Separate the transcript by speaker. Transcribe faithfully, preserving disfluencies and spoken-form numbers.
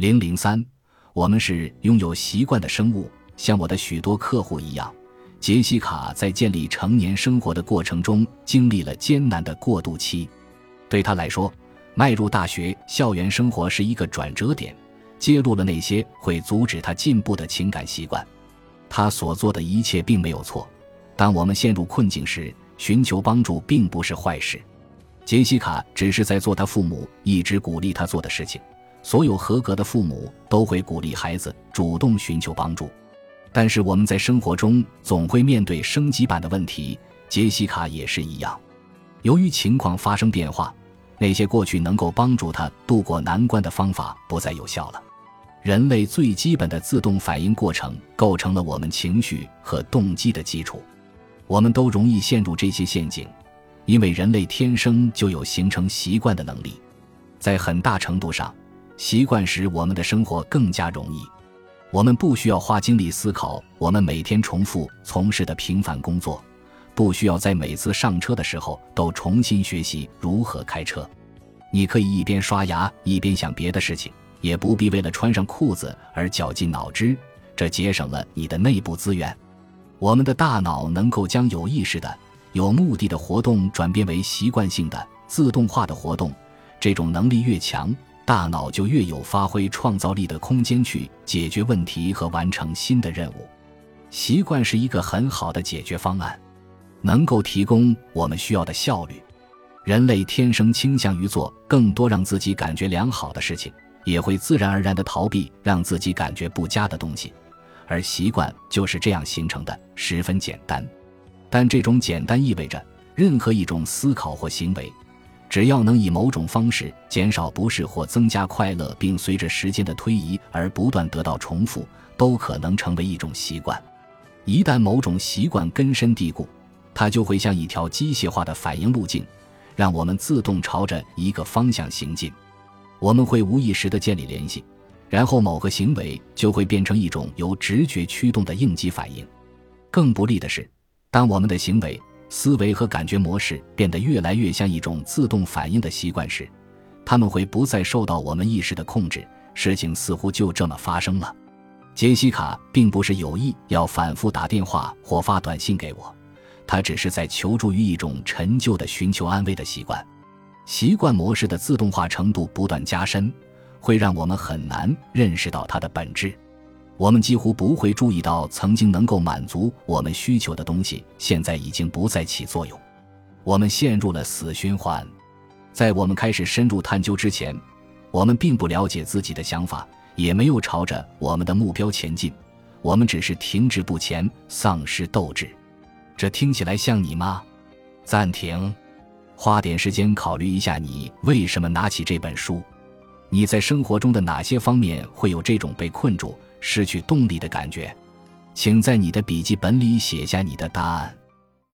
Speaker 1: 零零三，我们是拥有习惯的生物，像我的许多客户一样，杰西卡在建立成年生活的过程中经历了艰难的过渡期。对她来说，迈入大学校园生活是一个转折点，揭露了那些会阻止她进步的情感习惯。她所做的一切并没有错，当我们陷入困境时，寻求帮助并不是坏事。杰西卡只是在做她父母一直鼓励她做的事情。所有合格的父母都会鼓励孩子主动寻求帮助，但是我们在生活中总会面对升级版的问题，杰西卡也是一样。由于情况发生变化，那些过去能够帮助他度过难关的方法不再有效了。人类最基本的自动反应过程构成了我们情绪和动机的基础，我们都容易陷入这些陷阱，因为人类天生就有形成习惯的能力。在很大程度上，习惯使我们的生活更加容易，我们不需要花精力思考我们每天重复从事的平凡工作，不需要在每次上车的时候都重新学习如何开车。你可以一边刷牙一边想别的事情，也不必为了穿上裤子而绞尽脑汁，这节省了你的内部资源。我们的大脑能够将有意识的、有目的的活动转变为习惯性的、自动化的活动，这种能力越强，大脑就越有发挥创造力的空间去解决问题和完成新的任务。习惯是一个很好的解决方案，能够提供我们需要的效率。人类天生倾向于做更多让自己感觉良好的事情，也会自然而然地逃避让自己感觉不佳的东西，而习惯就是这样形成的，十分简单。但这种简单意味着，任何一种思考或行为，只要能以某种方式减少不适或增加快乐，并随着时间的推移而不断得到重复，都可能成为一种习惯。一旦某种习惯根深蒂固，它就会像一条机械化的反应路径，让我们自动朝着一个方向行进。我们会无意识地建立联系，然后某个行为就会变成一种由直觉驱动的应激反应。更不利的是，当我们的行为、思维和感觉模式变得越来越像一种自动反应的习惯时，它们会不再受到我们意识的控制，事情似乎就这么发生了。杰西卡并不是有意要反复打电话或发短信给我，她只是在求助于一种陈旧的寻求安慰的习惯。习惯模式的自动化程度不断加深，会让我们很难认识到它的本质。我们几乎不会注意到曾经能够满足我们需求的东西现在已经不再起作用，我们陷入了死循环。在我们开始深入探究之前，我们并不了解自己的想法，也没有朝着我们的目标前进，我们只是停滞不前，丧失斗志。这听起来像你吗？暂停，花点时间考虑一下，你为什么拿起这本书？你在生活中的哪些方面会有这种被困住、失去动力的感觉？请在你的笔记本里写下你的答案。